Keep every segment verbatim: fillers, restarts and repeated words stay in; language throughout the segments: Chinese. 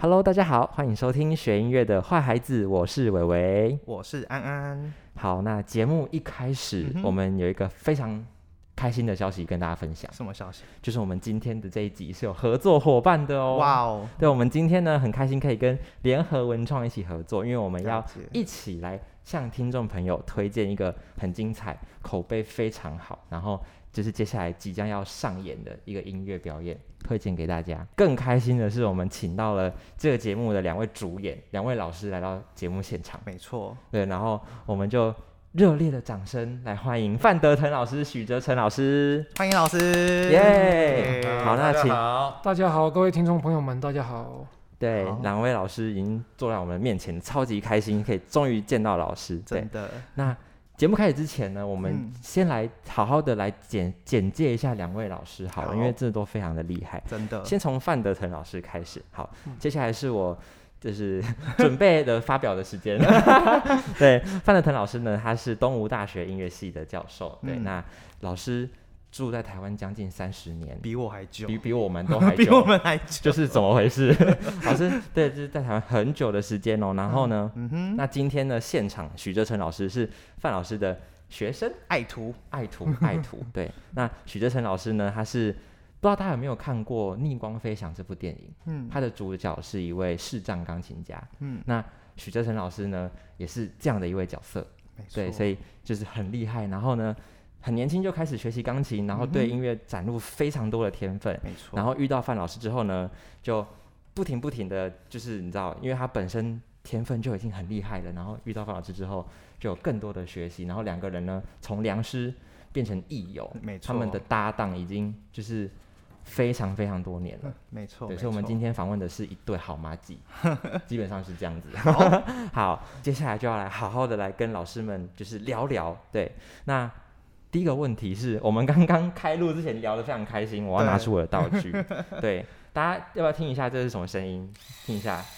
Hello， 大家好，欢迎收听学音乐的坏孩子，我是伟伟， 我是安安。 好，那节目一开始，嗯、我们有一个非常开心的消息跟大家分享。 什么消息？ 就是我们今天的这一集是有合作伙伴的哦。 哇哦！ 对，我们今天呢很开心可以跟联合文创一起合作，因为我们要一起来向听众朋友推荐一个很精彩、口碑非常好，然后就是接下来即将要上演的一个音乐表演，推荐给大家。更开心的是，我们请到了这个节目的两位主演、两位老师来到节目现场。 没错， 对，然后我们就热烈的掌声来欢迎范德腾老师、许哲成老师， 欢迎老师， 耶！ Yeah! 好，那请大家好，各位听众朋友们，大家好。 对，两位老师已经坐在我们面前，超级开心，可以终于见到老师。 真的。 那节目开始之前呢，我们先来好好的来简简介一下两位老师好了，好，因为这都非常的厉害， 真的。 先从范德腾老师开始，好，嗯、接下来是我就是准备的发表的时间。对，范德腾老师呢，他是东吴大学音乐系的教授，对，嗯、那老师住在台湾将近三十年， 比我还久， 比比我们都还久， 比我们还久， 就是怎么回事？老师对，就是在台湾很久的时间哦。然后呢，嗯哼，那今天的现场，许哲成老师是范老师的学生， 爱徒， 爱徒，爱徒。对，那许哲成老师呢，他是不知道大家有没有看过《逆光飞翔》这部电影？嗯，他的主角是一位视障钢琴家。嗯，那许哲成老师呢，也是这样的一位角色。 没错， 对，所以就是很厉害。然后呢，很年轻就开始学习钢琴，然后对音乐展露非常多的天分。 没错。 然后遇到范老师之后呢，就不停不停的就是你知道，因为他本身天分就已经很厉害了，然后遇到范老师之后，就有更多的学习。然后两个人呢，从良师变成益友， 没错。 他们的搭档已经就是非常非常多年了。 没错。 对，所以我们今天访问的是一对好麻吉，基本上是这样子。好, 好，接下来就要来好好的来跟老师们就是聊聊。对，那第一个问题是我们刚刚开录之前聊得非常开心，我要拿出我的道具。对, 对，大家要不要听一下这是什么声音？听一下。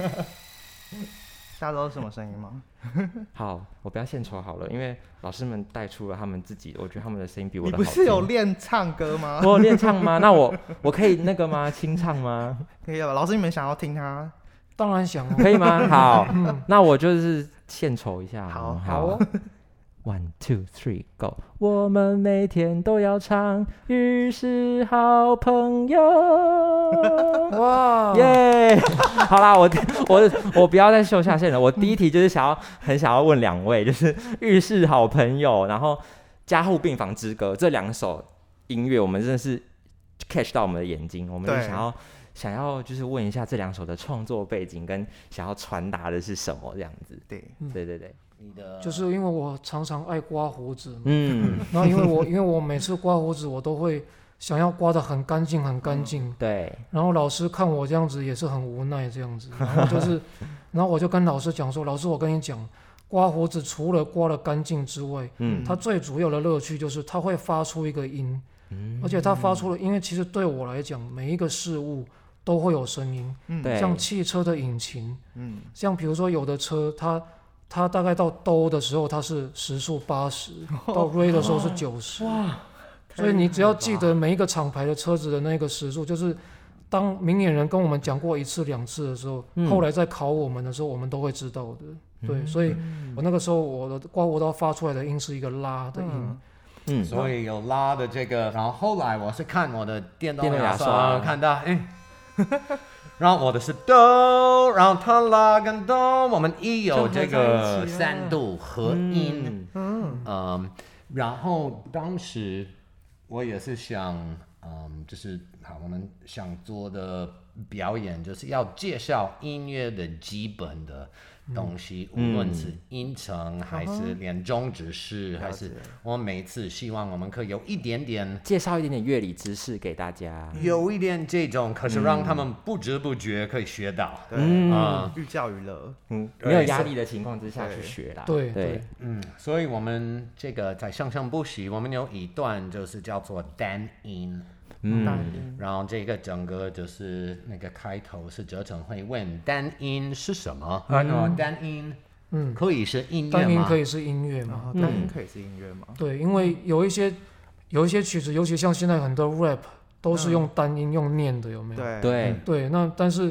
大家知道是什么声音吗？ 好，我不要献丑好了，因为老师们带出了他们自己，我觉得他们的声音比我的好听。 你不是有练唱歌吗？ 我有练唱吗？那我我可以那个吗？清唱吗？ 可以吧？老师，你们想要听他？ 当然想哦。 可以吗？好，嗯、那我就是献丑一下。 好好。好One two three go， 我们每天都要唱，于是好朋友。 哇， 耶！好啦，我我我不要再秀下限了。我第一题就是想要很想要问两位，就是于是好朋友，然后加护病房之歌这两首音乐，我们真的是 catch 到我们的眼睛，我们就想要想要就是问一下这两首的创作背景跟想要传达的是什么这样子。 对， 对对对。 就是因为我常常爱刮胡子，嗯，然后因为我因为我每次刮胡子，我都会想要刮得很干净很干净，嗯， 对。 然后老师看我这样子也是很无奈这样子，然后就是，然后我就跟老师讲说，老师我跟你讲，刮胡子除了刮得干净之外，嗯，它最主要的乐趣就是它会发出一个音，嗯，而且它发出了，因为其实对我来讲，每一个事物都会有声音，嗯，像汽车的引擎，嗯，像比如说有的车它。它大概到哆的时候，它是时速八十，到 re 的时候是九十。哇！所以你只要记得每一个厂牌的车子的那个时速，就是当明眼人跟我们讲过一次两次的时候，嗯、后来在考我们的时候，我们都会知道的。嗯、对，所以我那个时候我的刮胡刀发出来的音是一个拉的音。 嗯嗯，所以有拉的这个，然后后来我是看我的电动牙刷，看到哎。然后我的是哆，然后他拉跟哆，我们一有这个三度合音，嗯，嗯，然后当时我也是想，嗯，就是好，我们想做的表演就是要介绍音乐的基本的东西，嗯、无论是音程、嗯、还是连中指式，嗯、还是我们每一次希望我们可以有一点点介绍一点点乐理知识给大家， 有一点这种，可是让他们不知不觉可以学到， 嗯，嗯寓教于乐， 嗯，没有压力的情况之下去学啦， 对对, 对， 嗯，所以我们这个在生生不息，我们有一段就是叫做单音。嗯，然后这个整个就是那个开头是哲成会问单音是什么？嗯、啊，单音，嗯，可以是音乐吗？ 单音可以是音乐吗？ 哦、单音可以是音乐吗？ 嗯、对，因为有一些有一些曲子，尤其像现在很多 rap 都是用单音用念的，有没有？ 对对对，那但是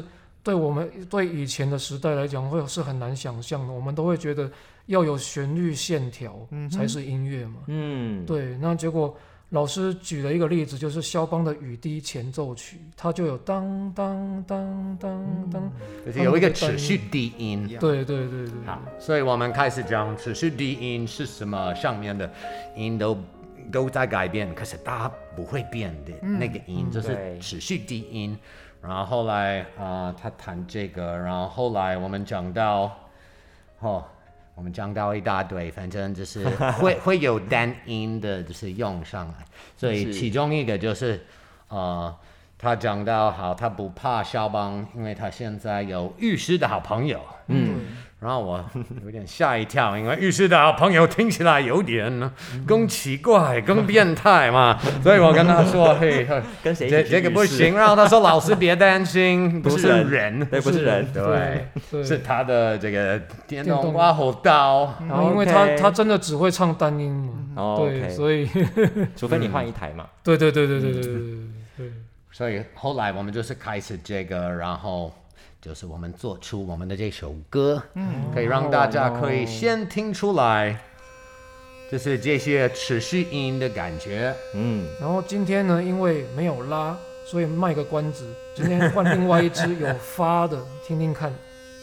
对我们对以前的时代来讲，会是很难想象的。我们都会觉得要有旋律线条才是音乐嘛。嗯，对。那结果老师举了一个例子，就是肖邦的雨滴前奏曲，它就有当当当当当， 就是有一个持续低音。 对对对对。 好，所以我们开始讲持续低音是什么，上面的音都都在改变，可是它不会变的、嗯、那个音就是持续低音。然后后来啊、呃，他弹这个，然后后来我们讲到，哦，我们讲到一大堆，反正就是会会有单音的，就是用上来。所以其中一个就是呃，他讲到好，他不怕肖邦，因为他现在有律师的好朋友。嗯。然后我有点吓一跳，因为律师的好朋友听起来有点更奇怪、更变态嘛，所以我跟他说：“嘿， 跟谁这这个不行。”然后他说：“老师别担心，不是人， 对，不是人， 对，是他的这个电动刮胡刀， 因为他他真的只会唱单音嘛，对，所以除非你换一台嘛。 对对对对对对对对。 所以后来我们就是开始这个，然后。就是我们做出我们的这首歌，嗯，可以让大家可以先听出来，就是这些持续音的感觉， 嗯。然后今天呢，因为没有拉，所以卖个关子，今天换另外一支有发的，听听看，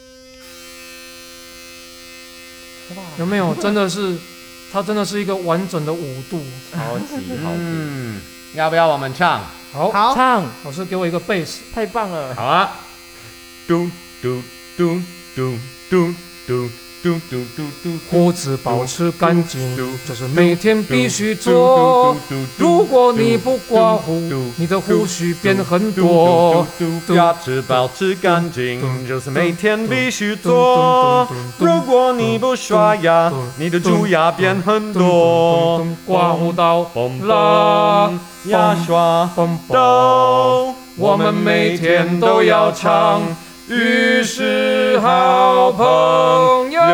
有没有？真的是，它真的是一个完整的五度， 超级好听。 嗯，要不要我们唱？ 好， 好唱。 老师给我一个贝斯， 太棒了。 好啊。嘟嘟嘟嘟嘟嘟嘟嘟嘟嘟， 胡子保持干净，这是每天必须做。如果你不刮胡，你的胡须变很多。 牙齿保持干净，就是每天必须做。如果你不刷牙，你的蛀牙变很多。 刮胡刀、 拉牙刷、刀，我们每天都要唱。于是好朋友，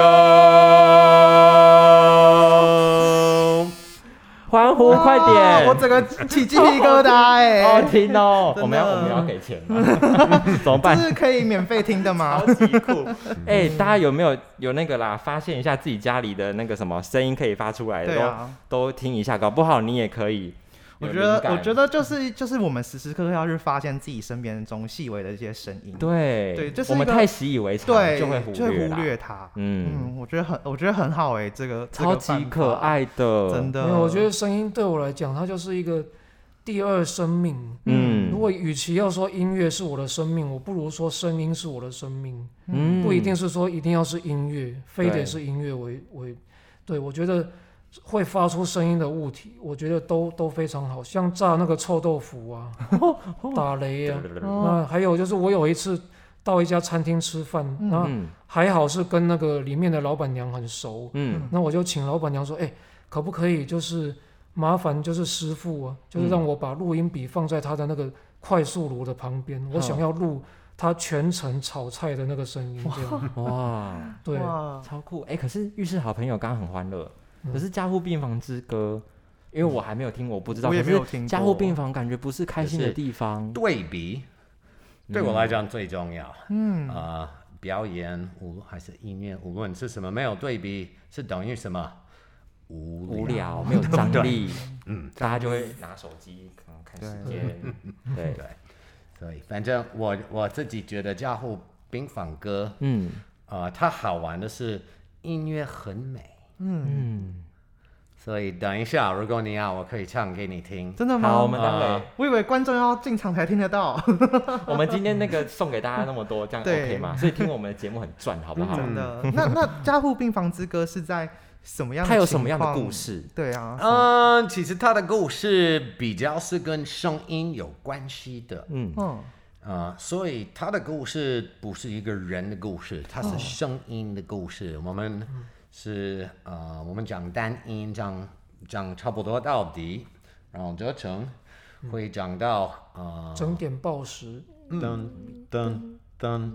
欢呼快点！ 我整个起鸡皮疙瘩哎， 好好听哦！我们要我们要给钱吗？怎么办？ 这是可以免费听的吗？ 超级酷！哎，大家有没有有那个啦？发现一下自己家里的那个什么声音可以发出来的， 对啊、 都都听一下，搞不好你也可以。 我觉得，我觉得就是就是我们时时刻刻要去发现自己身边中细微的一些声音。 对对，就是我们太习以为常， 对， 就会忽略就会忽略它。嗯嗯，我觉得很，我觉得很好哎、欸，这个超级可爱的， 真的。 没有，我觉得声音对我来讲，它就是一个第二生命。嗯，如果与其要说音乐是我的生命，我不如说声音是我的生命。嗯，不一定是说一定要是音乐，非得是音乐为为。对，我觉得。会发出声音的物体，我觉得都都非常好，像炸那个臭豆腐啊，打雷啊，那还有就是我有一次到一家餐厅吃饭，那、嗯、还好是跟那个里面的老板娘很熟，嗯，那我就请老板娘说，哎、欸，可不可以就是麻烦就是师傅啊，就是让我把录音笔放在他的那个快速炉的旁边，嗯、我想要录他全程炒菜的那个声音，这样哇，对， 哇超酷，哎、欸，可是浴室好朋友刚刚很欢乐。可是加护病房之歌，因为我还没有听，我不知道。 我也没有听过。 加护病房感觉不是开心的地方。 对比，对我来讲最重要。嗯啊、呃，表演无还是音乐，无论是什么，没有对比是等于什么？无聊， 无聊没有张力。嗯，大家就会拿手机看时间。对对， 所以反正我我自己觉得加护病房歌，嗯啊、呃，它好玩的是音乐很美。嗯，所以等一下，如果你要，我可以唱给你听。 真的吗？ 好，我们待会、呃。 我以为观众要进场才听得到。 我们今天那个送给大家那么多，这样 OK 吗？所以听我们的节目很赚，好不好？ 真的。那那加护病房之歌是在什么样的？ 它有什么样的故事？ 对啊， 嗯，其实它的故事比较是跟声音有关系的。嗯嗯。呃，所以它的故事不是一个人的故事，它是声音的故事。哦、我们。是呃，我们讲单音，讲讲差不多到底，然后折成会讲到呃整点报时， 噔噔噔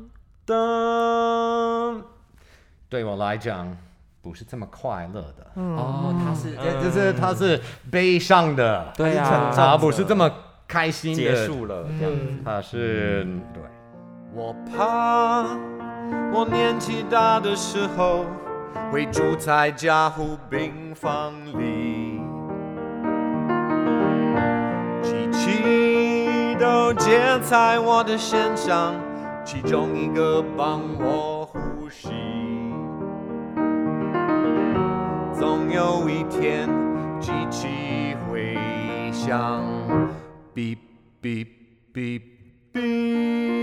噔，对我来讲不是这么快乐的。 嗯、哦，它是， 嗯、就是它是悲伤的， 对啊， 它不是这么开心的结束了，这样， 它是、嗯、对。 我怕我年纪大的时候会住在加护病房里，机器都接在我的身上，其中一个帮我呼吸。总有一天机器会响，哔哔哔哔。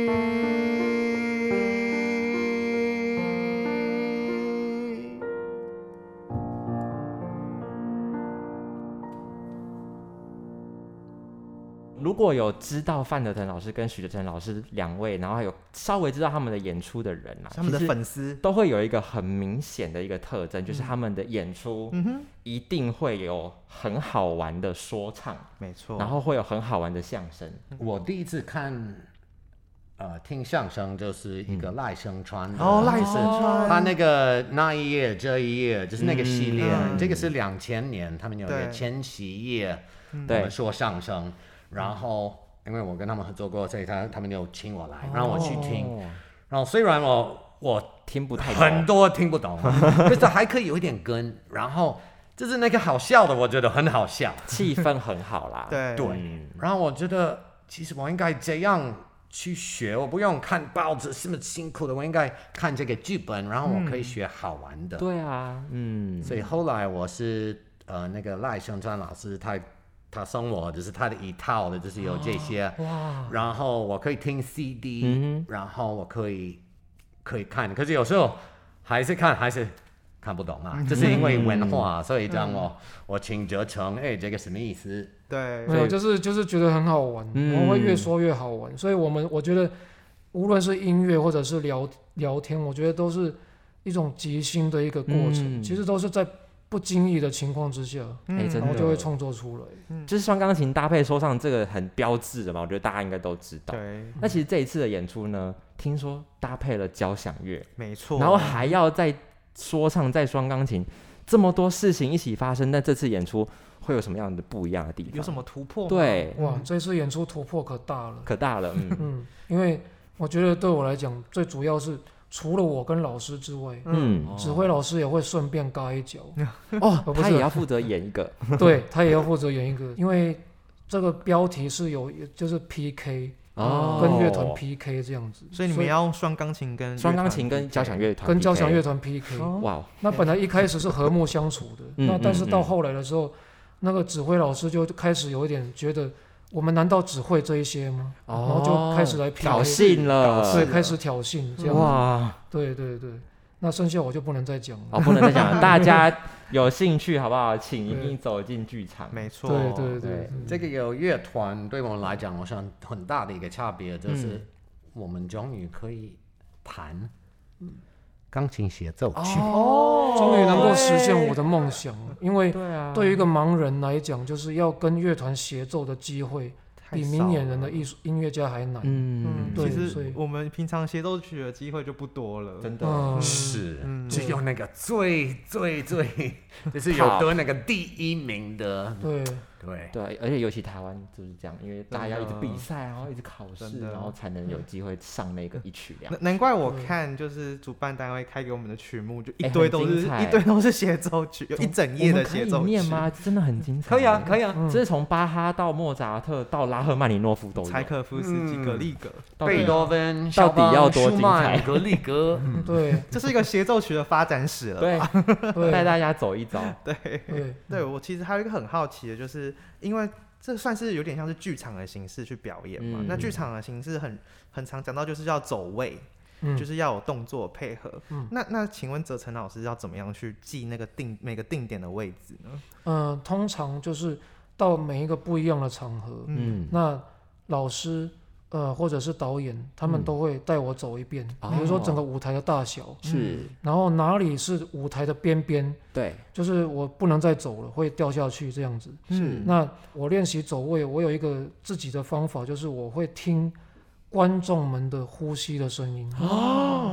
如果有知道范德腾老师跟许德成老师两位，然后还有稍微知道他们的演出的人啊， 他们的粉丝都会有一个很明显的一个特征，嗯、就是他们的演出一定会有很好玩的说唱， 没错， 然后会有很好玩的相声。 我第一次看。呃，听相声就是一个赖声川的， 哦，赖声川， 他那个那一页这一页就是那个系列，嗯、这个是两千年，他们有一个千禧夜，我们说相声，然后因为我跟他们合作过，所以他他们就请我来，让我去听，哦、然后虽然我我听不太懂， 很多听不懂，可是还可以有一点跟，然后就是那个好笑的，我觉得很好笑， 气氛很好啦， 对对，嗯、然后我觉得其实我应该这样。去学，我不用看报纸这么辛苦的，我应该看这个剧本，然后我可以学好玩的。 嗯、对啊，嗯， 所以后来我是呃那个赖声川老师，他他送我就是他的一套的，就是有这些，哦、哇，然后我可以听 C D，嗯、然后我可以可以看，可是有时候还是看还是看不懂啊，就是因为文化，嗯、所以让我、嗯、我请哲成，哎，这个什么意思？ 对， 没有，就是就是觉得很好玩，嗯、我们会越说越好玩，所以我们我觉得无论是音乐或者是聊聊天，我觉得都是一种即兴的一个过程，嗯、其实都是在不经意的情况之下，嗯、然后就会创作出来。 嗯、就是双钢琴搭配说唱这个很标志的嘛，我觉得大家应该都知道。 对， 那其实这一次的演出呢，听说搭配了交响乐， 没错， 然后还要再说唱再双钢琴，这么多事情一起发生，但这次演出会有什么样的不一样的地方？ 有什么突破吗？ 对， 哇，这次演出突破可大了， 可大了，嗯嗯，因为我觉得对我来讲，最主要是除了我跟老师之外，嗯，指挥老师也会顺便嘎一脚， 哦，他也要负责演一个， 对他也要负责演一个，因为这个标题是有就是 P K。哦，跟乐团 P K 这样子， 所以你们要用双钢琴跟双钢琴跟交响乐团跟交响乐团 P K。哇，那本来一开始是和睦相处的，那但是到后来的时候，那个指挥老师就开始有一点觉得，我们难道只会这一些吗？然后就开始来 P K， 挑衅了， 对，开始挑衅这样。哇，对对对。那剩下我就不能再讲了， 哦，不能再讲了。大家有兴趣好不好？请一定走进剧场。 没错， 对对 对, 对， 这个有乐团对我们来讲，我想很大的一个差别就是，我们终于可以弹钢琴协奏曲， 哦，终于能够实现我的梦想。因为对于一个盲人来讲，就是要跟乐团协奏的机会。比明眼人的艺术音乐家还难。 嗯，对，其实我们平常协奏曲的机会就不多了， 真的、 嗯、 是，嗯、只有那个最最最，就是有得那个第一名的。 对对对，而且尤其台湾就是这样，因为大家一直比赛，然后一直考试，然后才能有机会上那个一曲两曲。 难怪我看就是主办单位开给我们的曲目，就一堆都是、欸、一堆都是协奏曲，有一整页的协奏曲。 念吗？真的很精彩。 可以啊，可以啊， 这、嗯、是从巴哈到莫扎特到拉赫曼尼诺夫都有， 柴可夫斯基、格里格、 贝多芬、 到底要多精彩？ 格里格， 嗯、对， 这是一个协奏曲的发展史了。 对，带大家走一遭。 对对对，我其实还有一个很好奇的，就是因为这算是有点像是剧场的形式去表演嘛。嗯、那剧场的形式很很常讲到就是要走位。嗯、就是要有动作配合。嗯、那那请问哲成老师要怎么样去记那个定每个定点的位置呢？ 嗯、呃，通常就是到每一个不一样的场合，嗯，那老师呃或者是导演他们都会带我走一遍，嗯、比如说整个舞台的大小是、嗯， 然后哪里是舞台的边边， 对， 就是我不能再走了，会掉下去这样子。是，那我练习走位，我有一个自己的方法，就是我会听观众们的呼吸的声音。哦，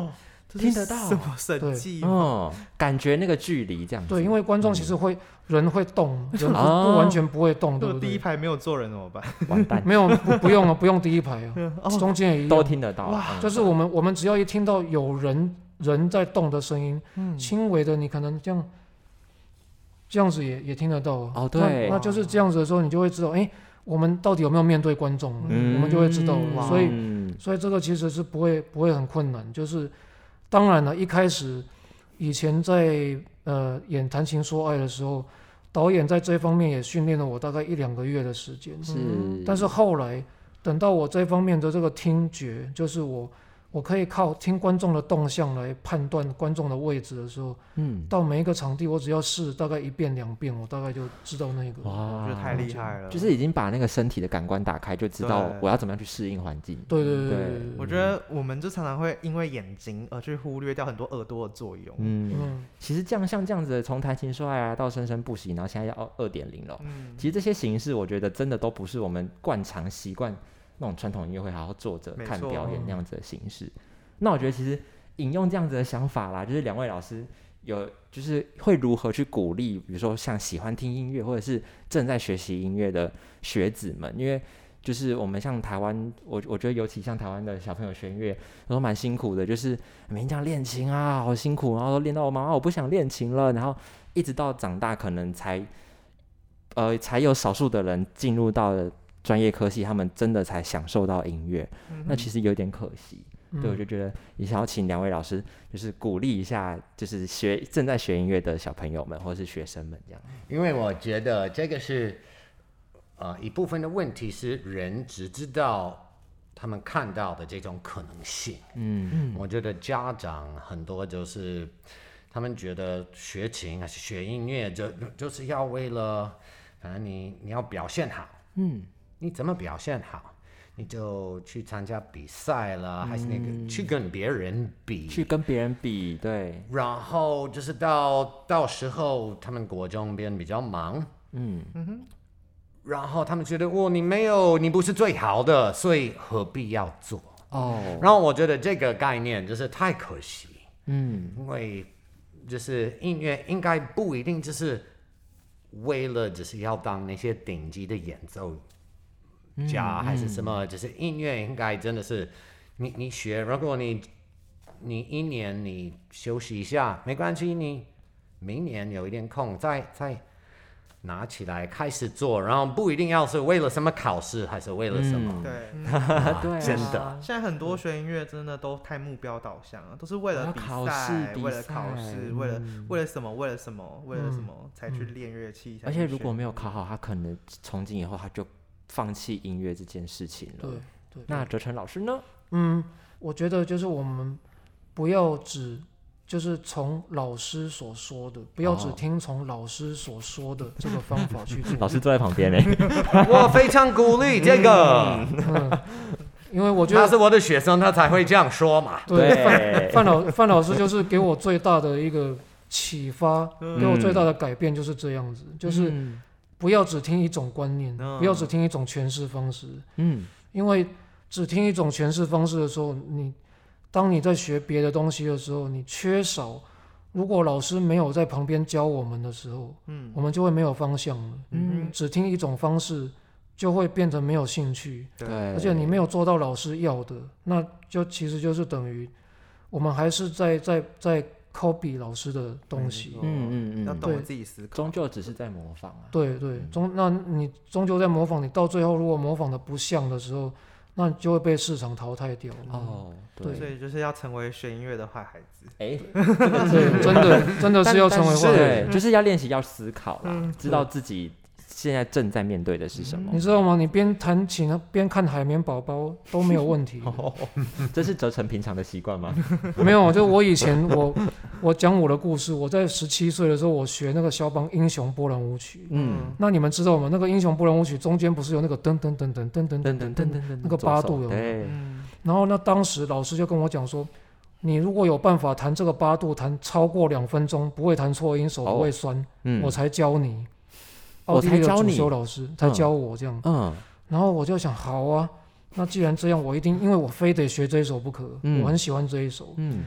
听得到什么神迹吗？ 哦，感觉那个距离这样子。 对，因为观众其实会、嗯、人会动，人 不,、哦、不完全不会动，对不对？ 第一排没有坐人怎么办？ 完蛋， 没有 不, 不用啊，不用第一排啊，哦、中间也一样都听得到。哇， 嗯、就是我们我们只要一听到有人人在动的声音，嗯，轻微的你可能这样这样子也也听得到啊。 哦，对， 那, 那就是这样子的时候，你就会知道，哎。我们到底有没有面对观众、嗯、我们就会知道，所以所以这个其实是不会不会很困难，就是当然了，一开始以前在呃演谈情说爱的时候，导演在这方面也训练了我大概一两个月的时间， 是， 但是后来等到我这方面的这个听觉，就是我我可以靠听观众的动向来判断观众的位置的时候，嗯，到每一个场地我只要试大概一遍两遍，我大概就知道那个。 哇，我觉得太厉害了， 就是已经把那个身体的感官打开，就知道我要怎么样去适应环境。 对对 对, 对, 对，我觉得我们就常常会因为眼睛而去忽略掉很多耳朵的作用。 嗯，嗯其实这样像这样子的，从谈情说爱啊到生生不息，然后现在要 二点零 了、嗯，其实这些形式我觉得真的都不是我们惯常习惯那种传统音乐会好好坐着看表演那样子的形式。那我觉得其实引用这样子的想法啦，就是两位老师有就是会如何去鼓励，比如说像喜欢听音乐或者是正在学习音乐的学子们，因为就是我们像台湾，我我觉得尤其像台湾的小朋友学音乐都蛮辛苦的，就是每天这样练琴啊，好辛苦，然后练到我妈妈我不想练琴了，然后一直到长大可能才呃才有少数的人进入到了专业科系，他们真的才享受到音乐、嗯、那其实有点可惜。对，我就觉得也想要请两位老师，就是鼓励一下，就是学正在学音乐的小朋友们或是学生们这样。 因为我觉得这个是，呃，一部分的问题是人只知道他们看到的这种可能性。嗯，我觉得家长很多就是他们觉得学琴还是学音乐就就是要为了，反正你你要表现好。嗯，你怎么表现好？你就去参加比赛了、嗯，还是那个去跟别人比， 去跟别人比，对。 然后就是到到时候他们国中边比较忙，嗯嗯哼，然后他们觉得哦，你没有，你不是最好的，所以何必要做？哦。然后我觉得这个概念就是太可惜，嗯，因为就是音乐应该不一定就是为了就是要当那些顶级的演奏家还是什么、嗯、就是音乐应该真的是你你学，如果你你一年你休息一下没关系，你明年有一点空再再拿起来开始做，然后不一定要是为了什么考试还是为了什么、 嗯、对、 嗯啊、对、啊、真的现在很多学音乐真的都太目标导向了，都是为了比赛为了考试、嗯、为了为了什么为了什么为了什么、嗯、才去练乐器、嗯、 而且如果没有考好，他可能从今以后他就放弃音乐这件事情了。 对对。 那哲成老师呢？ 嗯，我觉得就是我们不要只就是从老师所说的，不要只听从老师所说的这个方法去做。 老师坐在旁边呢， 我非常鼓励这个。嗯嗯、因为我觉得他是我的学生，他才会这样说嘛。 对，范范老范老师就是给我最大的一个启发，嗯、给我最大的改变就是这样子，就是。嗯不要只听一种观念、嗯、不要只听一种诠释方式、嗯、因为只听一种诠释方式的时候，你当你在学别的东西的时候，你缺少，如果老师没有在旁边教我们的时候、嗯、我们就会没有方向了、嗯、只听一种方式就会变成没有兴趣， 对， 而且你没有做到老师要的，那就其实就是等于我们还是在在在copy 老师的东西， 嗯嗯嗯，要懂得自己思考， 终究只是在模仿啊。 对对，终那你终究在模仿，你到最后如果模仿的不像的时候，那就会被市场淘汰掉了。 哦， 对，所以就是要成为学音乐的坏孩子。 哎， 对，真的真的是要成为坏孩子，就是要练习要思考啦、嗯，知道自己现在正在面对的是什么？ 你知道吗？你边弹琴边看海绵宝宝都没有问题。 哦、这是哲成平常的习惯吗？ 没有，就我以前我我讲我的故事，我在十七岁的时候，我学那个肖邦英雄波兰舞曲。嗯，那你们知道吗？那个英雄波兰舞曲中间不是有那个噔噔噔噔噔噔噔噔噔那个八度有没有？然后那当时老师就跟我讲说，你如果有办法弹这个八度，弹超过两分钟，不会弹错音，手不会酸，哦嗯、我才教你。 我才教你， 主修老师才教我这样，嗯，然后我就想，好啊，那既然这样，我一定，因为我非得学这一首不可，嗯、我很喜欢这一首，嗯，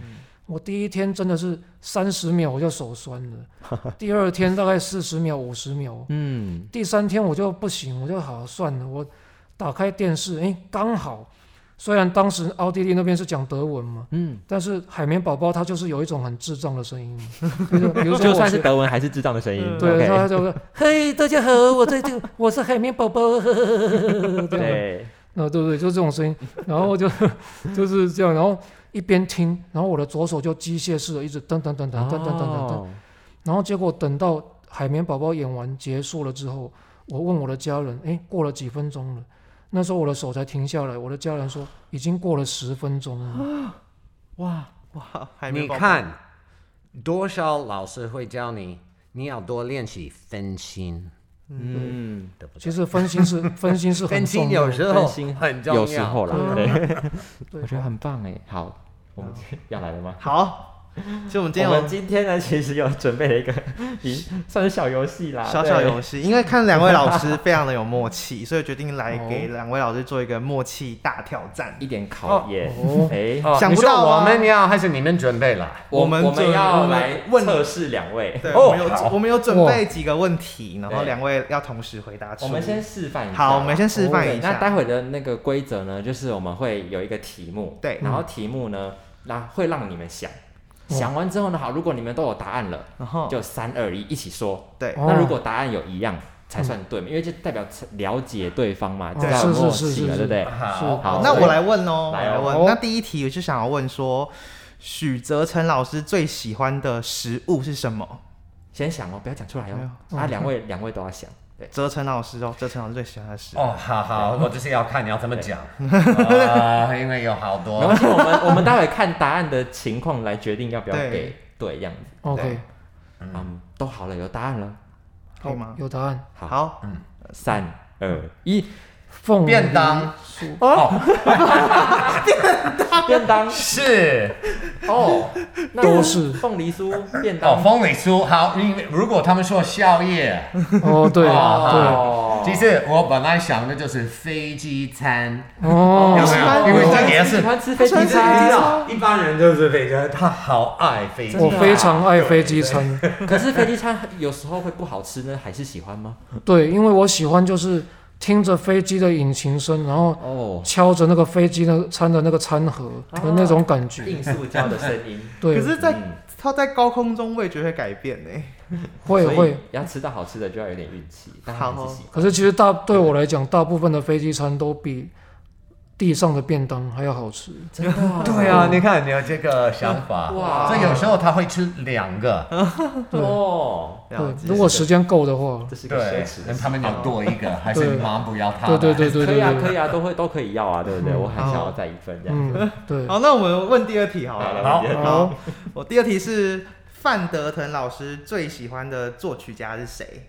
我第一天真的是三十秒我就手酸了，第二天大概四十秒、五十秒，嗯，第三天我就不行，我就好算了，我打开电视，哎，刚好，虽然当时奥地利那边是讲德文嘛，嗯，但是海绵宝宝它就是有一种很智障的声音，就是比如说就算是德文还是智障的声音，嗯、 对，他就说，嘿，大家好，我这就我是海绵宝宝，对，啊，对不对？就这种声音，然后就就是这样，然后。一边听，然后我的左手就机械式的一直噔噔噔噔噔噔噔噔噔，然后结果等到海绵宝宝演完结束了之后，我问我的家人，哎，过了几分钟了？那时候我的手才停下来，我的家人说已经过了十分钟了。 哇哇！海绵宝宝，你看多少老师会教你，你要多练习分心。 嗯，其实分心是分心是很重要的， 有时候很重要， 有时候啦，对，我觉得很棒哎。好，我们要来了吗？ 好。其实我们今天我们今天呢，其实有准备了一个算是小游戏啦， 小小游戏。因为看两位老师非常的有默契，所以决定来给两位老师做一个默契大挑战， 一点考验。 哎，想不到我们要还是你们准备了？ 我们我们要来测试两位。 对，我们有我们有准备几个问题，然后两位要同时回答出。 我们先示范一下。 好，我们先示范一下。 那待会的那个规则呢，就是我们会有一个题目， 对， 然后题目呢，那会让你们想。想完之后呢，好，如果你们都有答案了，就三二一一起说。 对， 那如果答案有一样才算对嘛，因为就代表了解对方嘛，知道默契了，对不对？ 好，那我来问哦，来问。那第一题我就想要问说，许泽成老师最喜欢的食物是什么？ 先想哦，不要讲出来哦。啊，两位两位都要想。 泽成老师哦，泽成老师最喜欢的食物哦，好好，我就是要看你要怎么讲啊，因为有好多。 没关系，我们我们待会看答案的情况来决定要不要给对样子。 OK， 嗯，都好了，有答案了， 可以吗？ 有答案。 好， 嗯，三二一， 凤便当哦， 便当便当是哦， 都是凤梨酥便当哦，凤梨酥好，因为如果他们说宵夜， 哦对对。 其实我本来想的就是飞机餐哦， 有没有？因为这也是喜欢吃飞机餐， 一般人都是飞机餐，他好爱飞机餐， 我非常爱飞机餐。 可是飞机餐有时候会不好吃呢，还是喜欢吗？ 对，因为我喜欢就是听着飞机的引擎声，然后敲着那个飞机的餐的那个餐盒的那种感觉， 硬塑胶的声音。 对， 可是在它在高空中味觉会改变呢。 会会， 要吃到好吃的就要有点运气，但还是喜欢。 可是其实大对我来讲，大部分的飞机餐都比地上的便当还要好吃。 真的？ 对啊，你看你有这个想法，哇！所以有时候他会吃两个。 哦， 对，如果时间够的话， 这是个奢侈。 那他们有多一个，还是你妈不要他？ 对对对对对， 可以啊可以啊，都会都可以要啊，对不对？我还想要再一份这样子。 对。 好，那我们问第二题好了。 好， 好，我第二题是。范德腾老师最喜欢的作曲家是谁？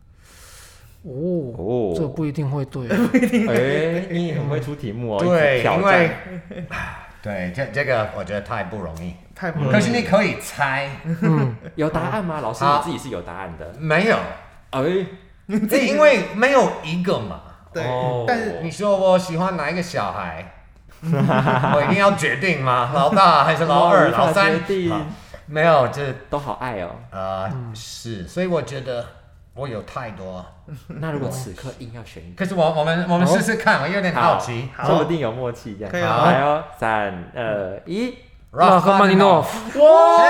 哦，这不一定会对。 不一定。 哎，你很会出题目哦。 对，因为对这这个我觉得太不容易， 太不容易。 可是你可以猜， 嗯， 有答案吗？老师你自己是有答案的？ 没有。 哎， 因为没有一个嘛。 对。但是你说我喜欢哪一个小孩？我一定要决定吗？老大还是老二、老三？没有，这都好爱哦。 呃，是，所以我觉得我有太多。 那如果此刻硬要选一个， 可是我我们我们试试看，我有点好奇， 说不定有默契这样。 可以啊， 来哦，三二一， 拉赫曼尼诺夫。 哇！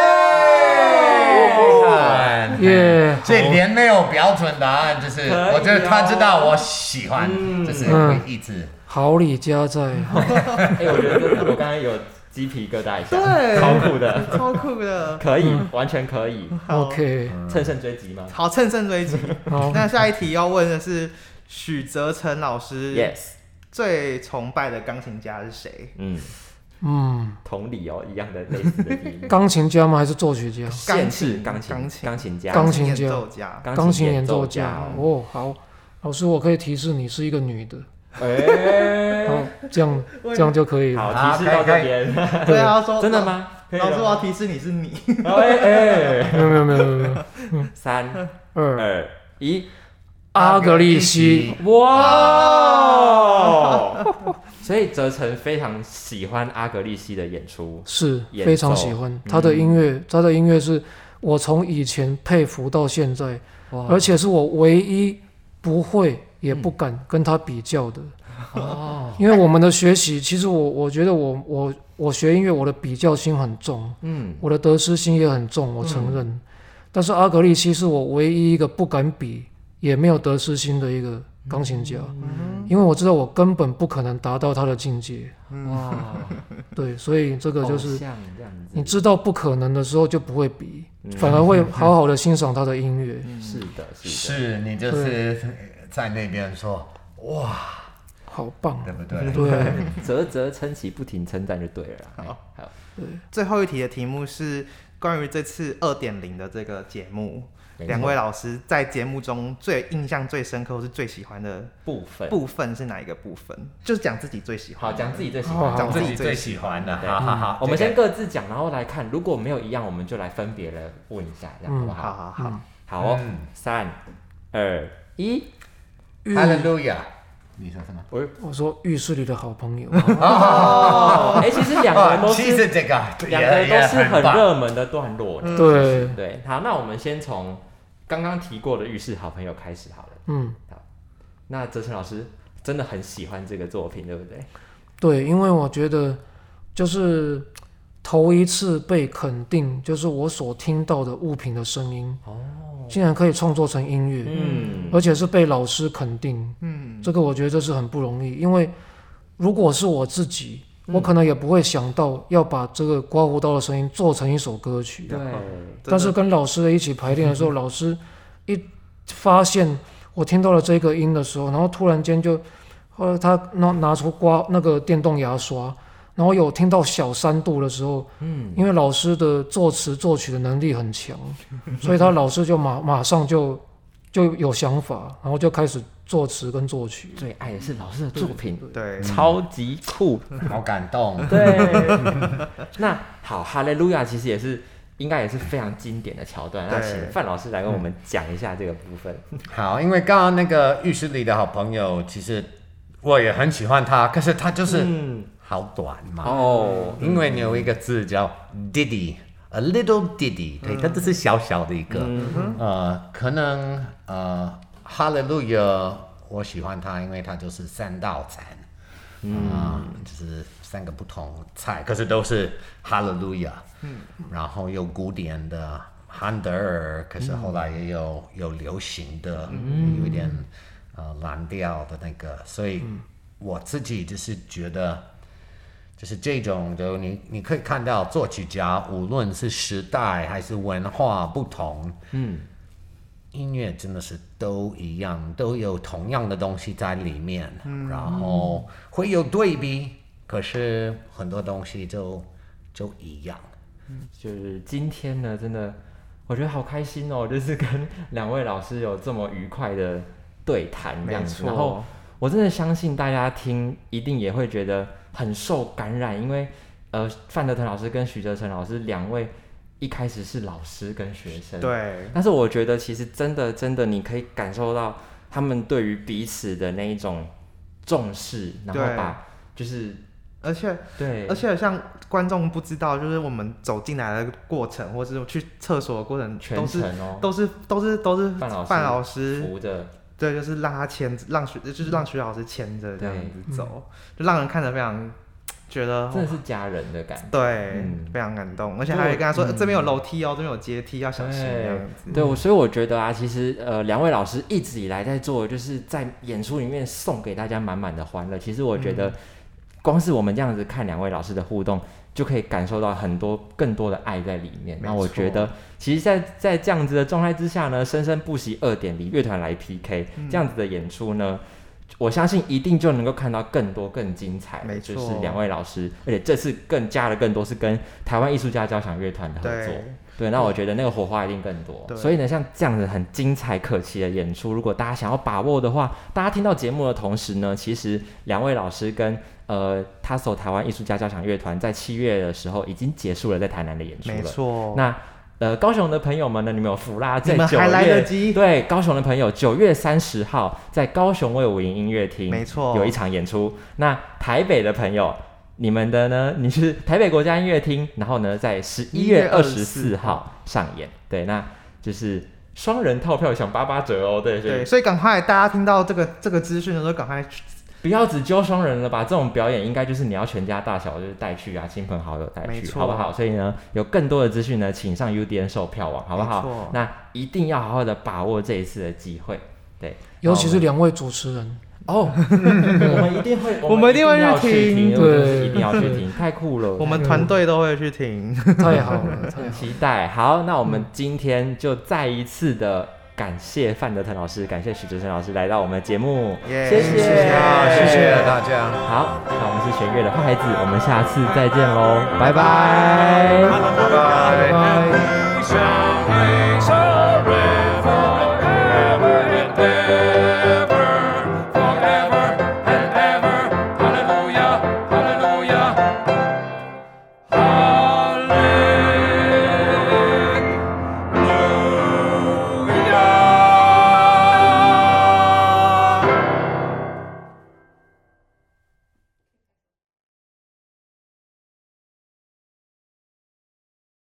耶！ 所以连没有标准答案，就是我觉得他知道我喜欢，就是会一直好礼加在。 哎，我觉得我刚刚有。鸡皮疙瘩一下， 对， 超酷的， 超酷的， 可以，完全可以。 OK， 乘胜追击吗？ 好，乘胜追击。那下一题要问的是许泽成老师 ，Yes， 最崇拜的钢琴家是谁？ 嗯嗯， 同理哦，一样的类似的题目。 钢琴家吗？还是作曲家？ 钢琴，钢琴，钢琴家， 钢琴演奏家， 钢琴演奏家。哦，好，老师，我可以提示你是一个女的。 哎， 好，这样这样就可以了。 好，提示到这边。 对啊，说真的吗？ 老师，我要提示你是你。 哎哎， 没有没有没有没有。 三二一， 阿格利西。 哇！ 所以哲成非常喜欢阿格利西的演出， 是非常喜欢他的音乐、嗯，他的音乐是我从以前佩服到现在，而且是我唯一不会也不敢跟他比较的。哦，因为我们的学习，其实我我觉得我我我学音乐，我的比较心很重，嗯，我的得失心也很重，我承认。嗯、但是阿格利西是我唯一一个不敢比，也没有得失心的一个钢琴家，嗯、因为我知道我根本不可能达到他的境界。哇，对，所以这个就是你知道不可能的时候就不会比，嗯、反而会好好的欣赏他的音乐。 嗯、是的，是的， 是你就是在那边说哇。 好棒， 对不对？ 对， 啧啧称奇，不停称赞就对了啦。 好， 好， 对。 最后一题的题目是关于这次 二点零 的这个节目，两位老师在节目中最印象最深刻或是最喜欢的部分部分是哪一个部分？就是讲自己最喜欢。 好，讲自己最喜欢， 讲自己最喜欢的。好好好， 我们先各自讲，然后来看，如果没有一样，我们就来分别的问一下，这样好不好？ 好好好， 好哦，三、二、一， 哈利路亚。你说什么？ 我我说浴室里的好朋友。 哦，哎、欸，其实两个人都是， 其实这个两个人都是很热门的段落。 嗯、对对，好，那我们先从刚刚提过的浴室好朋友开始好了。嗯，好，那哲成老师真的很喜欢这个作品，对不对？ 对，因为我觉得就是头一次被肯定，就是我所听到的物品的声音。哦。竟然可以创作成音乐，嗯，而且是被老师肯定，嗯，这个我觉得这是很不容易，因为如果是我自己，嗯、我可能也不会想到要把这个刮胡刀的声音做成一首歌曲， 对。 但是跟老师一起排练的时候，老师一发现我听到了这个音的时候，然后突然间就，后来他拿拿出刮那个电动牙刷。然后有听到小三度的时候，嗯，因为老师的作词作曲的能力很强，所以他老师就马马上就就有想法，然后就开始作词跟作曲。 最爱的是老师的作品， 对， 超级酷， 好感动。 对，那好，哈利路亚其实也是应该也是非常经典的桥段。那请范老师来跟我们讲一下这个部分。 好，因为刚刚那个浴室里的好朋友，其实我也很喜欢他，可是他就是。嗯好短嘛哦，因为你有一个字叫 ditty，a little ditty， 对，它只是小小的一个，嗯、呃，可能呃，哈利路亚，我喜欢它，因为它就是三道菜，嗯、呃，就是三个不同菜，可是都是哈利路亚，嗯，然后有古典的汉德尔，可是后来也有、嗯、有流行的，嗯、有一点呃蓝调的那个，所以我自己就是觉得。就是这种的，你你可以看到作曲家，无论是时代还是文化不同，嗯，音乐真的是都一样，都有同样的东西在里面，嗯、然后会有对比，可是很多东西就就一样。 嗯，就是今天呢，真的我觉得好开心哦，就是跟两位老师有这么愉快的对谈这样子，然后我真的相信大家听一定也会觉得。很受感染，因为呃，范德腾老师跟许哲成老师两位一开始是老师跟学生， 对。 但是我觉得其实真的真的，你可以感受到他们对于彼此的那一种重视，然后把就是， 而且对， 而且像观众不知道，就是我们走进来的过程，或是去厕所的过程， 全程哦， 都是都是都是范老师范老师扶着。 对，就是让他牵，让学，就是让徐老师牵着这样子走，就让人看得非常觉得真的是家人的感觉， 对，嗯、非常感动，而且还会跟他说、嗯、这边有楼梯哦，这边有阶梯，要小心这样子。 对，我所以我觉得啊，其实呃，两位老师一直以来在做，就是在演出里面送给大家满满的欢乐。其实我觉得，光是我们这样子看两位老师的互动。就可以感受到很多更多的爱在里面。那我觉得，其实在，在在这样子的状态之下呢，生生不息 二点零 乐团来 P K、嗯、这样子的演出呢，我相信一定就能够看到更多更精彩。 没错， 就是两位老师，而且这次更加了更多是跟台湾艺术家交响乐团的合作。对，对，那我觉得那个火花一定更多。所以呢，像这样子很精彩可期的演出，如果大家想要把握的话，大家听到节目的同时呢，其实两位老师跟呃，他所台湾艺术家交响乐团在七月的时候已经结束了在台南的演出了。 没错。 那呃，高雄的朋友们呢，你们有福啦，在九月还来得及。对，高雄的朋友，九月三十号在高雄卫武营音乐厅， 没错， 有一场演出。那台北的朋友，你们的呢？你是台北国家音乐厅，然后呢，在十一月二十四号上演。对，那就是双人套票享八八折哦。对对，所以赶快大家听到这个这个资讯的时候，赶快。 不要只揪双人了吧，这种表演应该就是你要全家大小就是带去啊，亲朋好友带去，好不好？所以呢，有更多的资讯呢，请上 U D N 售票网，好不好？那一定要好好的把握这一次的机会，对， 尤其是两位主持人哦，我们一定会， 我们一定会去听， 对，一定要去听，太酷了， 我们团队都会去听， 太好了， 很期待。好，那我们今天就再一次的。感谢范德腾老师，感谢许哲生老师来到我们的节目， yeah, 谢谢， 谢谢，谢谢大家。 好，那我们是弦乐的坏孩子，我们下次再见喽，拜拜， 拜拜。